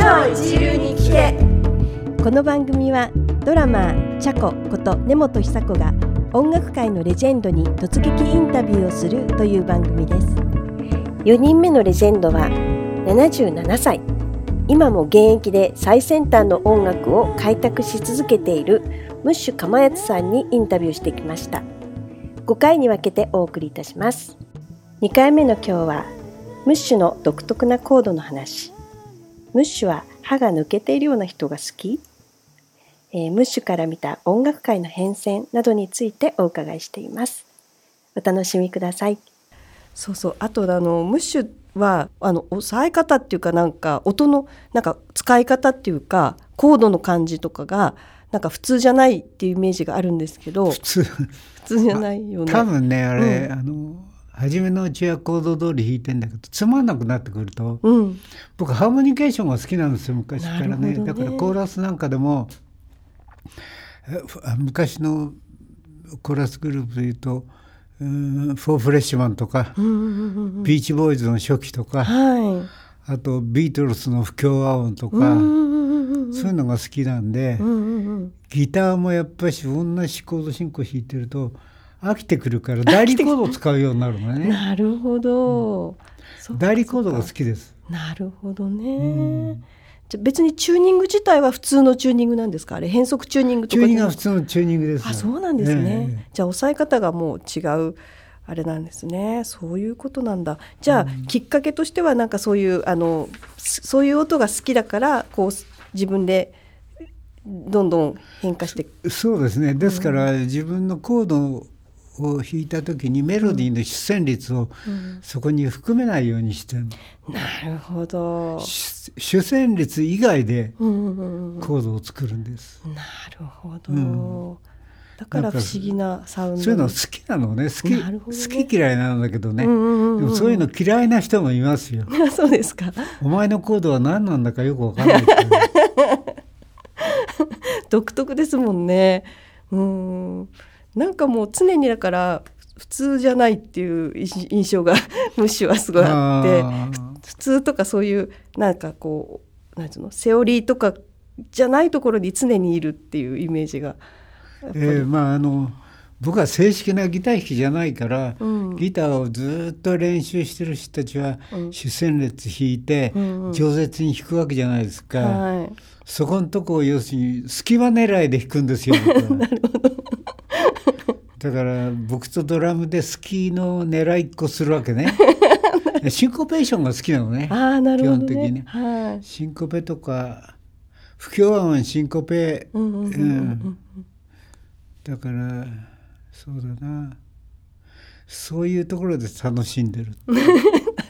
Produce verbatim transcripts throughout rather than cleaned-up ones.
の一流に聞け。 この番組はドラマーチャコこと根本久子が音楽界のレジェンドに突撃インタビューをするという番組です。よにんめのレジェンドはななじゅうななさい、今も現役で最先端の音楽を開拓し続けているムッシュかまやつさんにインタビューしてきました。ごかいに分けてお送りいたします。にかいめの今日はムッシュの独特なコードの話。ムッシュは歯が抜けているような人が好き？えー、ムッシュから見た音楽界の変遷などについてお伺いしています。お楽しみください。そうそう、あとあのムッシュはあの押さえ方っていうか、なんか音のなんか使い方っていうかコードの感じとかがなんか普通じゃないっていうイメージがあるんですけど、 普通普通じゃないよね。 多分ねあれ、 うん、 あの初めのうちはコード通り弾いてんだけど、つまんなくなってくると、うん、僕ハーモニケーションが好きなんですよ、昔からね。だからコーラスなんかでも昔のコーラスグループでいうとフォーフレッシュマンとか、うんうんうん、ビーチボーイズの初期とか、はい、あとビートルズの不協和音とか、うんうんうん、そういうのが好きなんで、うんうんうん、ギターもやっぱり同じコード進行弾いてると飽きてくるから代理コードを使うようになるのね。 なるほど、 うん、代理コードが好きです。 なるほどね、うん、じゃ別にチューニング自体は普通のチューニングなんですか？あれ変則チューニングとか？ チューニングは普通のチューニングです。 あ、そうなんですね、えー、じゃあ押さえ方がもう違うあれなんですね。そういうことなんだ。じゃあ、うん、きっかけとしてはなんかそういうあのそういう音が好きだからこう自分でどんどん変化していく。 そうですね。ですから、うん、自分のコードを弾いた時にメロディーの主旋律をそこに含めないようにしてる、 うん、なるほど。 主旋律以外でコードを作るんです、 うんうんうん、なるほど、うん、だから不思議なサウンド。 そういうの好きなのね。好き、ね、好き嫌いなんだけどね、うんうんうん、でもそういうの嫌いな人もいますよ。 そうですか。 お前のコードは何なんだかよく分からないけど独特ですもんね。うん、なんかもう常にだから普通じゃないっていう印象がムッシュはすごいあって、普通とかそういうなんかこうなんていうのセオリーとかじゃないところに常にいるっていうイメージがえー、まああの僕は正式なギター弾きじゃないから、うん、ギターをずっと練習してる人たちは主旋律弾いて、うんうん、饒舌に弾くわけじゃないですか、はい、そこのとこを要するに隙間狙いで弾くんですよなるほど。だから僕とドラムでスキーの狙いっこするわけねシンコペーションが好きなのね。 あ、なるほどね、 基本的に、はい、シンコペとか不協和音シンコペ、うんうんうんうん、だからそうだな、そういうところで楽しんでるなるほど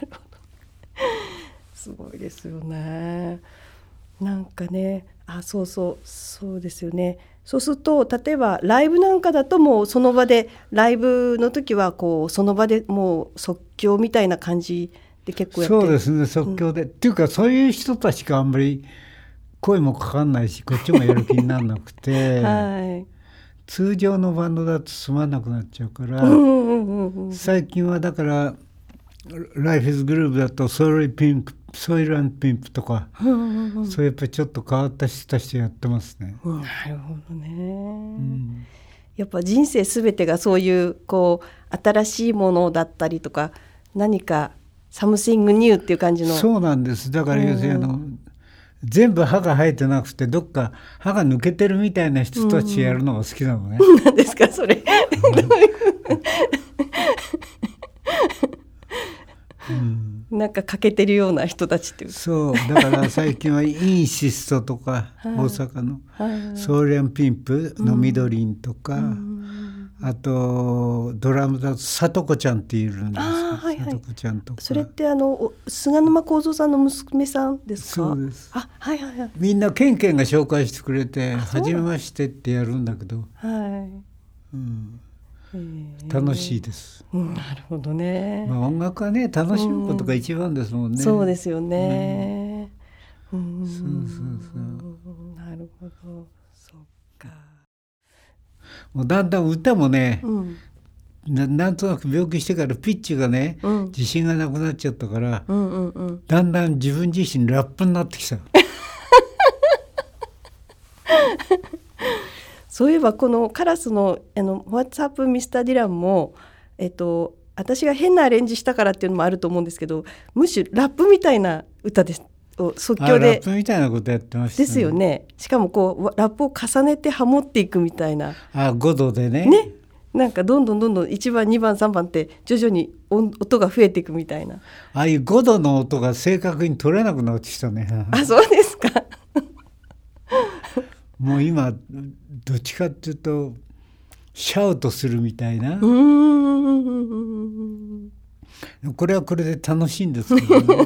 すごいですよね。なんかね、あ、そうそうそうですよね。そうすると例えばライブなんかだともうその場でライブの時はこうその場でもう即興みたいな感じで結構やってる。 そうですね、即興で、うん、っていうかそういう人たちがあんまり声もかかんないしこっちもやる気にならなくて、はい、通常のバンドだとつまんなくなっちゃうから、うんうんうんうん、最近はだからライフイズグループだとソイルピンクソイル&ピンプとか、うんうんうん、そうやっぱりちょっと変わった人たちやってますね、 うん、なるほどね、うん、やっぱ人生すべてがそういうこう新しいものだったりとか何かサムシングニューっていう感じの。 そうなんです。だから要するにあの、うん、全部歯が生えてなくてどっか歯が抜けてるみたいな人たちやるのが好きなのね、 うん、何ですかそれうん、なんか欠けてるような人たちっていう。 そうだから最近はインシストとか大阪のソーリアンピンプのみどりんとか、うん、あとドラムだとさとこちゃんっているんですけど、はいはい、さとこちゃんとか。 それってあの菅沼幸三さんの娘さんですか？ そうです。 あ、はいはいはい。 みんなケンケンが紹介してくれて初めましてってやるんだけど、はい、うん、楽しいです、 うん、なるほどね、 まあ、音楽はね楽しむことが一番ですもんね、 うん、そうですよね、うん、 そうそうそう、 なるほど、そっか。 もうだんだん歌もね、うん、な, なんとなく病気してからピッチがね、うん、自信がなくなっちゃったから、うんうんうん、だんだん自分自身ラップになってきたそういえばこのカラスのあの What's Up ミスターディランも、えっと、私が変なアレンジしたからっていうのもあると思うんですけど、むしろラップみたいな歌ですを即興で。 ラップみたいなことやってましたね。 ですよね。しかもこうラップを重ねてハモっていくみたいな。 あ、ごどでね。 ね。なんかどんどんどんどんいちばんにばんさんばんって徐々に音が増えていくみたいな。 ああいうごどの音が正確に取れなくなってきたね。 あ、そうですか。 もう今どっちかっていうとシャウトするみたいな。うーん、これはこれで楽しいんですけどね。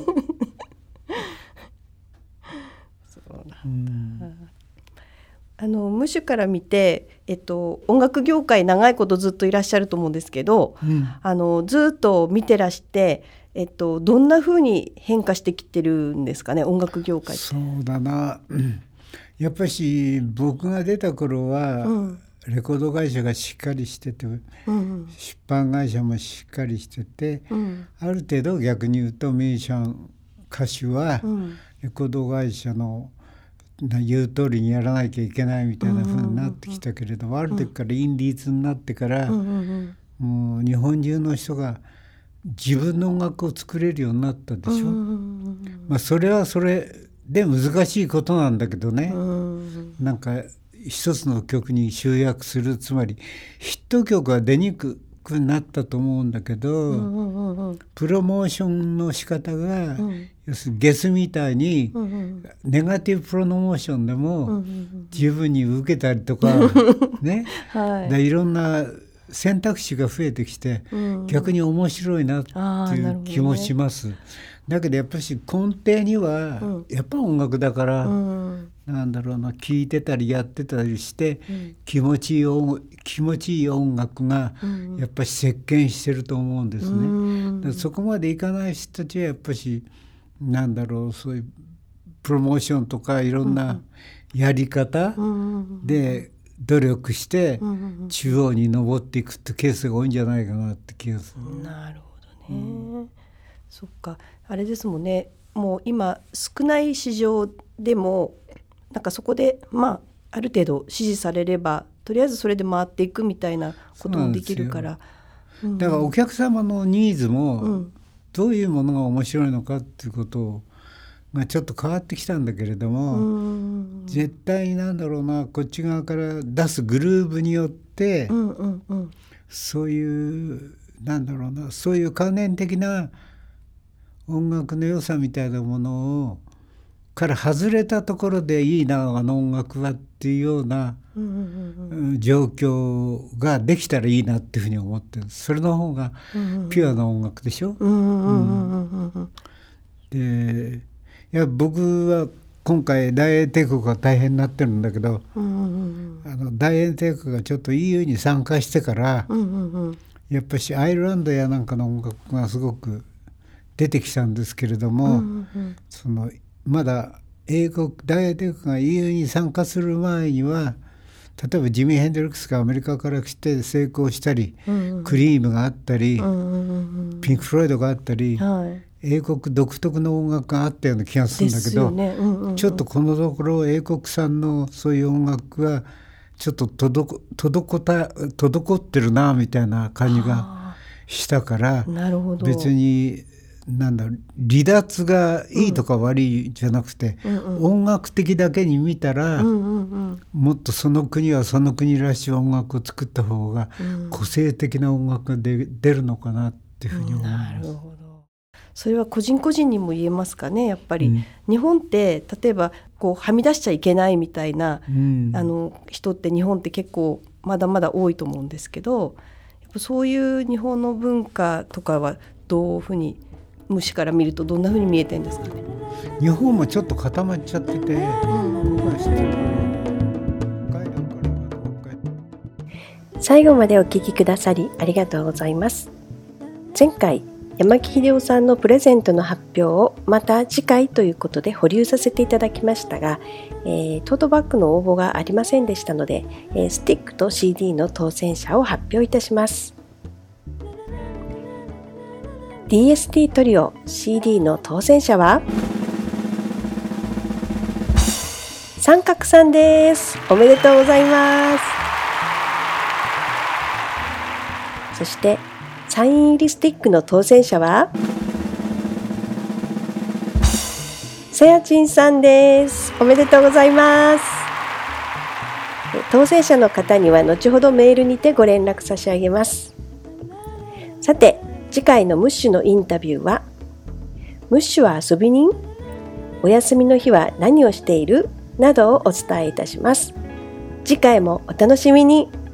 そうなんだ。あのムシュから見て、えっと、音楽業界長いことずっといらっしゃると思うんですけど、うん、あのずっと見てらして、えっと、どんな風に変化してきてるんですかね、音楽業界って。 そうだな、やっぱし僕が出た頃は、うん、レコード会社がしっかりしてて、うんうん、出版会社もしっかりしてて、うん、ある程度逆に言うとミュージシャン歌手はレコード会社の言う通りにやらなきゃいけないみたいな風になってきたけれども、ある時からインディーズになってから、うんうんうん、もう日本中の人が自分の音楽を作れるようになったでしょ、うんうんうん、まあ、それはそれで難しいことなんだけどね、うんうん、なんか一つの曲に集約する、つまりヒット曲は出にくくなったと思うんだけど、うんうんうん、プロモーションの仕方が、うん、要するにゲスみたいに、うんうん、ネガティブプロモーションでも十分に受けたりとか、うんうん、ね、はい、でいろんな選択肢が増えてきて、うん、逆に面白いなっていう気もします、ね、だけどやっぱり根底には、うん、やっぱ音楽だから、うん、なんだろうな、聴いてたりやってたりして、うん、気持ちいい音、気持ちいい音楽がやっぱり席巻してると思うんですね、うん、だからそこまでいかない人たちはやっぱりなんだろう、そういうプロモーションとかいろんなやり方で努力して中央に上っていくってケースが多いんじゃないかなって気がする。 なるほどね、うん、そっか、あれですもんね、もう今少ない市場でもなんかそこでまあある程度支持されればとりあえずそれで回っていくみたいなこともできるから、 うん、だからお客様のニーズもどういうものが面白いのかっていうことを、まあ、ちょっと変わってきたんだけれども、うん、絶対なんだろうな、こっち側から出すグルーヴによって、うんうんうん、そういうなんだろうな、そういう関連的な音楽の良さみたいなものをから外れたところでいいな、あの音楽はっていうような、うんうんうん、状況ができたらいいなっていうふうに思ってる。それの方がピュアな音楽でしょ。で、いや僕は今回大英帝国が大変になってるんだけど、うんうんうん、あの大英帝国がちょっと イーユー に参加してから、うんうんうん、やっぱしアイルランドやなんかの音楽がすごく出てきたんですけれども、うんうんうん、そのまだ英国大英帝国が イーユー に参加する前には、例えばジミー・ヘンドリックスがアメリカから来て成功したり、うんうん、クリームがあったり、うんうんうん、ピンク・フロイドがあったり、はい、英国独特の音楽があったような気がするんだけど、ね、うんうんうん、ちょっとこのところ英国産のそういう音楽がちょっと滞た滞ってるなみたいな感じがしたから、 なるほど、 別になんだ離脱がいいとか悪いじゃなくて、うんうんうん、音楽的だけに見たら、うんうんうん、もっとその国はその国らしい音楽を作った方が個性的な音楽が出るのかなっていうふうに思います、うん、なるほど。 それは個人個人にも言えますかね、やっぱり、うん、日本って例えばこうはみ出しちゃいけないみたいな、うん、あの人って日本って結構まだまだ多いと思うんですけど、やっぱそういう日本の文化とかはどういうふうに虫から見るとどんな風に見えてるんですかね。 日本もちょっと固まっちゃってて、僕は知ってる。 最後までお聞きくださりありがとうございます。前回山木秀夫さんのプレゼントの発表をまた次回ということで保留させていただきましたが、えー、トートバッグの応募がありませんでしたので、えー、スティックと シーディー の当選者を発表いたします。ディーエスティー トリオ シーディー の当選者は三角さんです。おめでとうございます。そしてサイン入りスティックの当選者はさやちんさんです。おめでとうございます。当選者の方には後ほどメールにてご連絡差し上げます。さて、次回のムッシュのインタビューは、ムッシュは遊び人？お休みの日は何をしている？などをお伝えいたします。次回もお楽しみに。